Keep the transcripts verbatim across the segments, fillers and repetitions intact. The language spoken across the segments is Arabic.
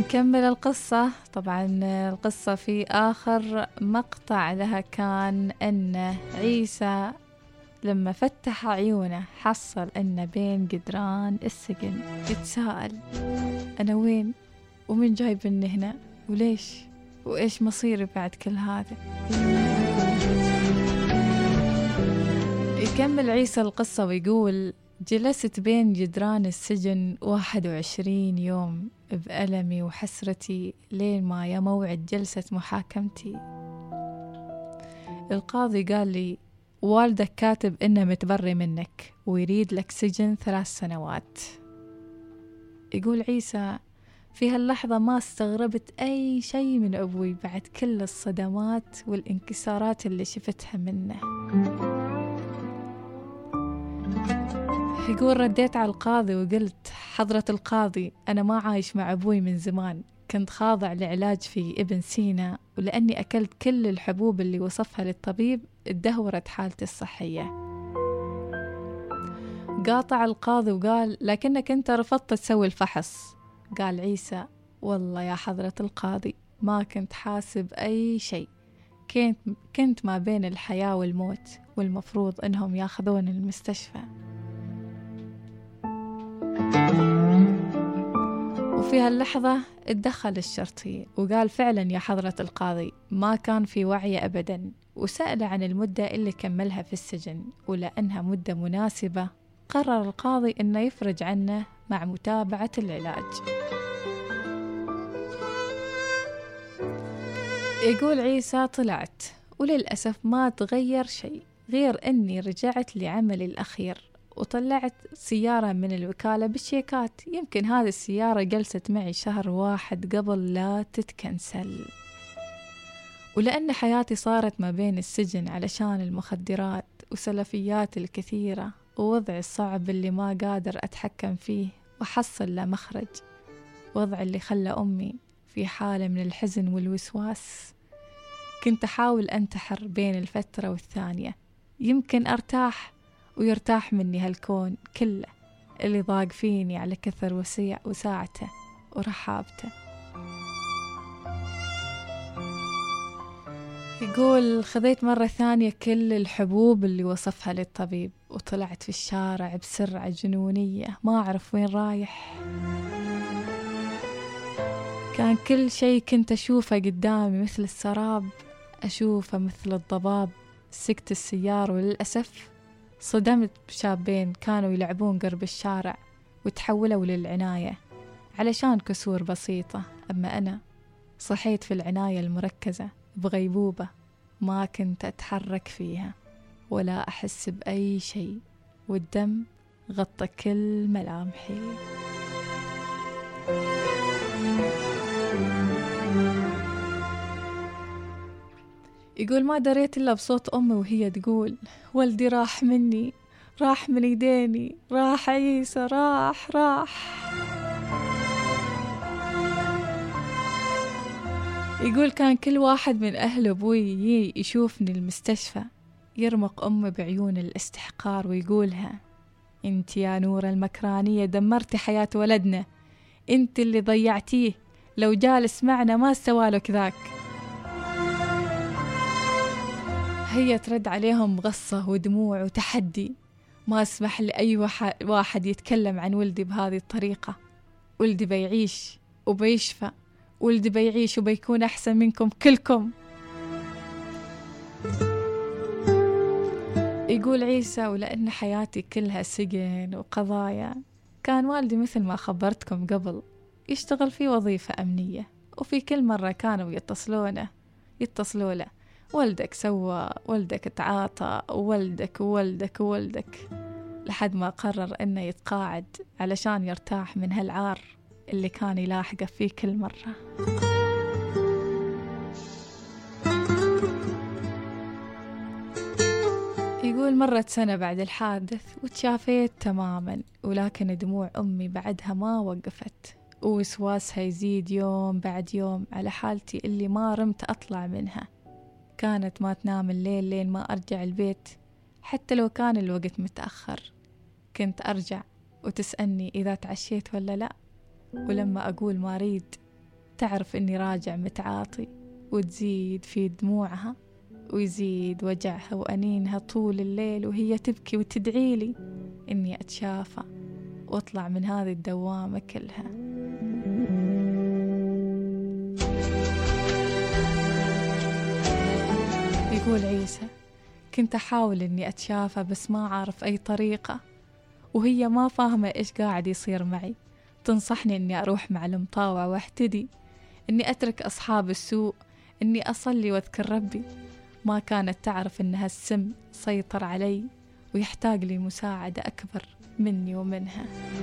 نكمل القصة. طبعا القصة في آخر مقطع لها كان أن عيسى لما فتح عيونه حصل أنه بين جدران السجن، يتساءل أنا وين ومن جايبني هنا وليش وإيش مصيري بعد كل هذا. يكمل عيسى القصة ويقول جلست بين جدران السجن واحد وعشرين يوم بألمي وحسرتي لين ما يا موعد جلسة محاكمتي. القاضي قال لي والدك كاتب إنه متبري منك ويريد لك سجن ثلاث سنوات. يقول عيسى في هاللحظة ما استغربت أي شيء من أبوي بعد كل الصدمات والانكسارات اللي شفتها منه. يقول رديت على القاضي وقلت حضرة القاضي أنا ما عايش مع أبوي من زمان، كنت خاضع لعلاج في ابن سينا، ولأني أكلت كل الحبوب اللي وصفها للطبيب اتدهورت حالتي الصحية. قاطع القاضي وقال لكنك أنت رفضت تسوي الفحص. قال عيسى والله يا حضرة القاضي ما كنت حاسب أي شيء، كنت, كنت ما بين الحياة والموت والمفروض أنهم ياخذون المستشفى. وفي هاللحظة اتدخل الشرطي وقال فعلا يا حضرة القاضي ما كان في وعي أبدا، وسأل عن المدة اللي كملها في السجن، ولأنها مدة مناسبة قرر القاضي أنه يفرج عنه مع متابعة العلاج. يقول عيسى طلعت وللأسف ما تغير شيء غير أني رجعت لعملي الأخير وطلعت سيارة من الوكالة بالشيكات. يمكن هذه السيارة جلست معي شهر واحد قبل لا تتكنسل، ولأن حياتي صارت ما بين السجن علشان المخدرات وسلفيات الكثيرة ووضعي الصعب اللي ما قادر أتحكم فيه وحصل له مخرج، وضع اللي خلى أمي في حالة من الحزن والوسواس. كنت أحاول أنتحر بين الفترة والثانية، يمكن أرتاح ويرتاح مني هالكون كله اللي ضاق فيني على كثر وسيع وساعته ورحابته. يقول خذيت مرة ثانية كل الحبوب اللي وصفها للطبيب وطلعت في الشارع بسرعة جنونية ما أعرف وين رايح. كان كل شيء كنت أشوفه قدامي مثل السراب، أشوفه مثل الضباب. سكت السيارة وللأسف صدمت بشابين كانوا يلعبون قرب الشارع وتحولوا للعناية علشان كسور بسيطة. أما أنا صحيت في العناية المركزة بغيبوبة ما كنت أتحرك فيها ولا أحس بأي شيء، والدم غطى كل ملامحي. يقول ما دريت إلا بصوت أمي وهي تقول والدي راح مني، راح من يديني، راح عيسى، راح راح. يقول كان كل واحد من أهل أبوي يجي يشوفني المستشفى يرمق أمي بعيون الاستحقار ويقولها انت يا نور المكرانية دمرتي حياة ولدنا، انت اللي ضيعتيه، لو جالس معنا ما استوالك ذاك. هي ترد عليهم بغصة ودموع وتحدي، ما اسمح لأي واحد يتكلم عن ولدي بهذه الطريقة، ولدي بيعيش وبيشفى، ولدي بيعيش وبيكون أحسن منكم كلكم. يقول عيسى ولأن حياتي كلها سجن وقضايا، كان والدي مثل ما خبرتكم قبل يشتغل في وظيفة أمنية، وفي كل مرة كانوا يتصلونه يتصلوا له ولدك سوى، ولدك تعاطى، ولدك ولدك ولدك، لحد ما قرر أنه يتقاعد علشان يرتاح من هالعار اللي كان يلاحقه في كل مرة. يقول مرت سنة بعد الحادث وتشافيت تماما، ولكن دموع أمي بعدها ما وقفت، ووسواسها يزيد يوم بعد يوم على حالتي اللي ما رمت أطلع منها. كانت ما تنام الليل لين ما أرجع البيت، حتى لو كان الوقت متأخر كنت أرجع وتسألني إذا تعشيت ولا لا، ولما أقول ما أريد تعرف إني راجع متعاطي، وتزيد في دموعها ويزيد وجعها وأنينها طول الليل وهي تبكي وتدعيلي إني أتشافى وأطلع من هذه الدوامة كلها. يقول عيسى: كنت أحاول إني أتشافى بس ما أعرف أي طريقة، وهي ما فاهمة إيش قاعد يصير معي. تنصحني إني أروح مع المطاوع واحتدي، إني أترك أصحاب السوء، إني أصلي وأذكر ربي. ما كانت تعرف إنها السم سيطر علي ويحتاج لي مساعدة أكبر مني ومنها.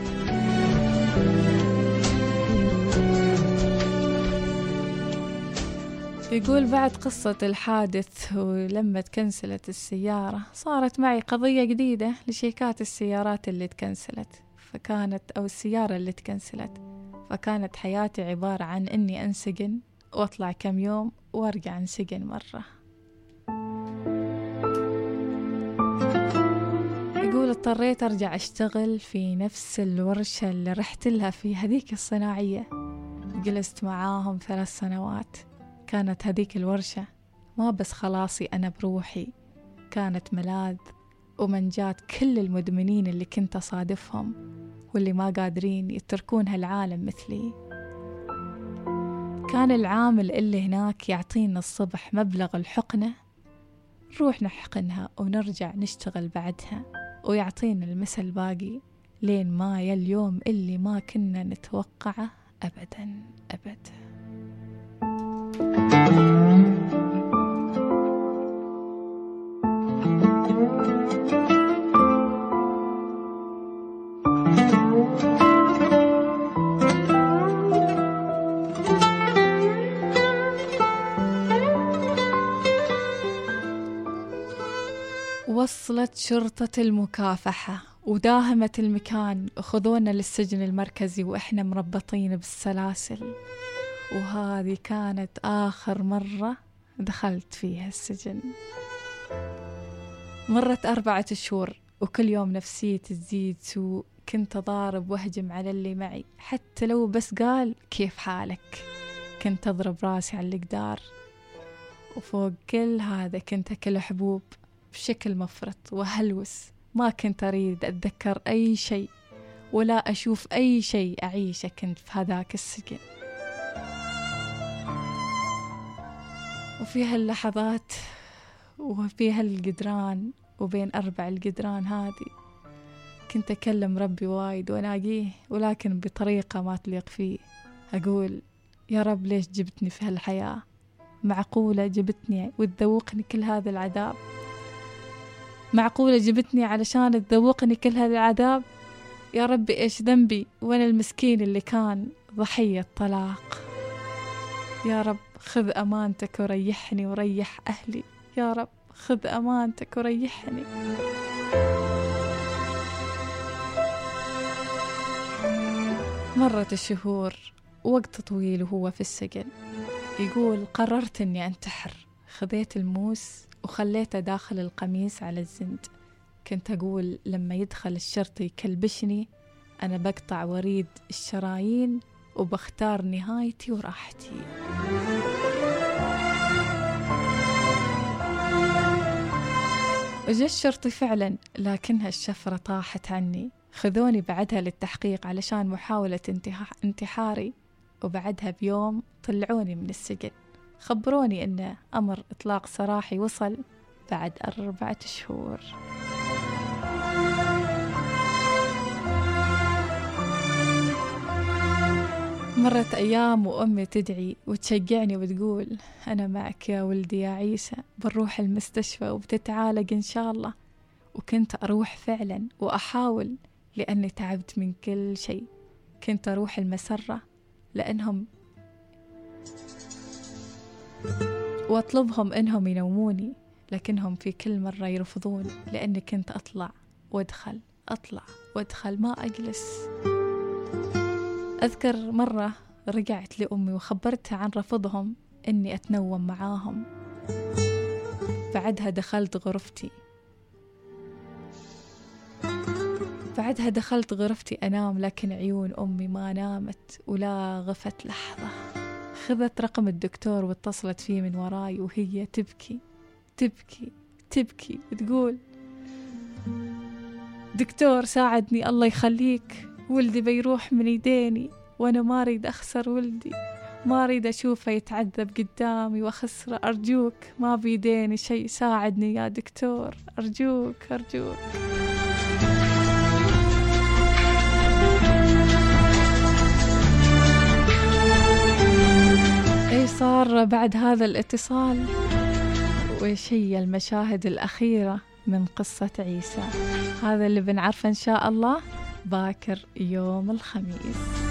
يقول: بعد قصة الحادث ولما تكنسلت السيارة صارت معي قضية جديدة لشيكات السيارات اللي تكنسلت، فكانت أو السيارة اللي تكنسلت فكانت حياتي عبارة عن إني أنسجن وأطلع كم يوم وأرجع أنسجن مرة. يقول: اضطريت أرجع أشتغل في نفس الورشة اللي رحت لها في هذيك الصناعية، جلست معاهم ثلاث سنوات. كانت هذيك الورشة ما بس خلاصي أنا بروحي، كانت ملاذ ومنجات كل المدمنين اللي كنت أصادفهم واللي ما قادرين يتركون هالعالم مثلي. كان العامل اللي هناك يعطينا الصبح مبلغ الحقنة، نروح نحقنها ونرجع نشتغل بعدها، ويعطينا المسا الباقي لين ما يا اليوم اللي ما كنا نتوقعه أبدا أبدا. وصلت شرطة المكافحة وداهمت المكان وخذونا للسجن المركزي وإحنا مربطين بالسلاسل، وهذه كانت آخر مرة دخلت فيها السجن. مرت أربعة شهور وكل يوم نفسيتي تزيد سوء، كنت أضارب وأهجم على اللي معي حتى لو بس قال كيف حالك، كنت أضرب راسي على الجدار. وفوق كل هذا كنت أكل حبوب بشكل مفرط وهلوس، ما كنت أريد أتذكر أي شيء ولا أشوف أي شيء أعيشه كنت في هذاك السجن. وفي هاللحظات وفي هالجدران وبين أربع الجدران هذه كنت أكلم ربي وايد وأناقيه، ولكن بطريقة ما تليق فيه. أقول: يا رب ليش جبتني في هالحياة؟ معقولة جبتني وتذوقني كل هذا العذاب؟ معقولة جبتني علشان تذوقني كل هذا العذاب؟ يا ربي إيش ذنبي وأنا المسكين اللي كان ضحية طلاق؟ يا رب خذ أمانتك وريحني وريح أهلي، يا رب خذ أمانتك وريحني. مرت الشهور وقت طويل وهو في السجن. يقول: قررت أني أنتحر، خذيت الموس وخليته داخل القميص على الزند. كنت أقول لما يدخل الشرطي يكلبشني أنا بقطع وريد الشرايين وبختار نهايتي وراحتي. وجا الشرطي فعلا، لكنها الشفرة طاحت عني. خذوني بعدها للتحقيق علشان محاولة انتحاري، وبعدها بيوم طلعوني من السجن. خبروني أن أمر إطلاق سراحي وصل بعد أربعة شهور. مرت أيام وأمي تدعي وتشجعني وتقول: أنا معك يا ولدي يا عيسى، بنروح المستشفى وبتتعالج إن شاء الله. وكنت أروح فعلا وأحاول لأني تعبت من كل شيء. كنت أروح المسرة لأنهم وأطلبهم إنهم ينوموني، لكنهم في كل مرة يرفضون لأني كنت أطلع وأدخل أطلع وأدخل ما أجلس. أذكر مرة رجعت لأمي وخبرتها عن رفضهم إني أتنوم معاهم. بعدها دخلت غرفتي بعدها دخلت غرفتي أنام، لكن عيون أمي ما نامت ولا غفت لحظة. خذت رقم الدكتور واتصلت فيه من وراي وهي تبكي تبكي تبكي وتقول: دكتور ساعدني الله يخليك، ولدي بيروح من يديني وأنا ما أريد أخسر ولدي، ما أريد أشوفه يتعذب قدامي وأخسره، أرجوك ما بيديني شيء، ساعدني يا دكتور، أرجوك أرجوك. أي صار بعد هذا الاتصال؟ وإيش هي المشاهد الأخيرة من قصة عيسى؟ هذا اللي بنعرفه إن شاء الله باكر يوم الخميس.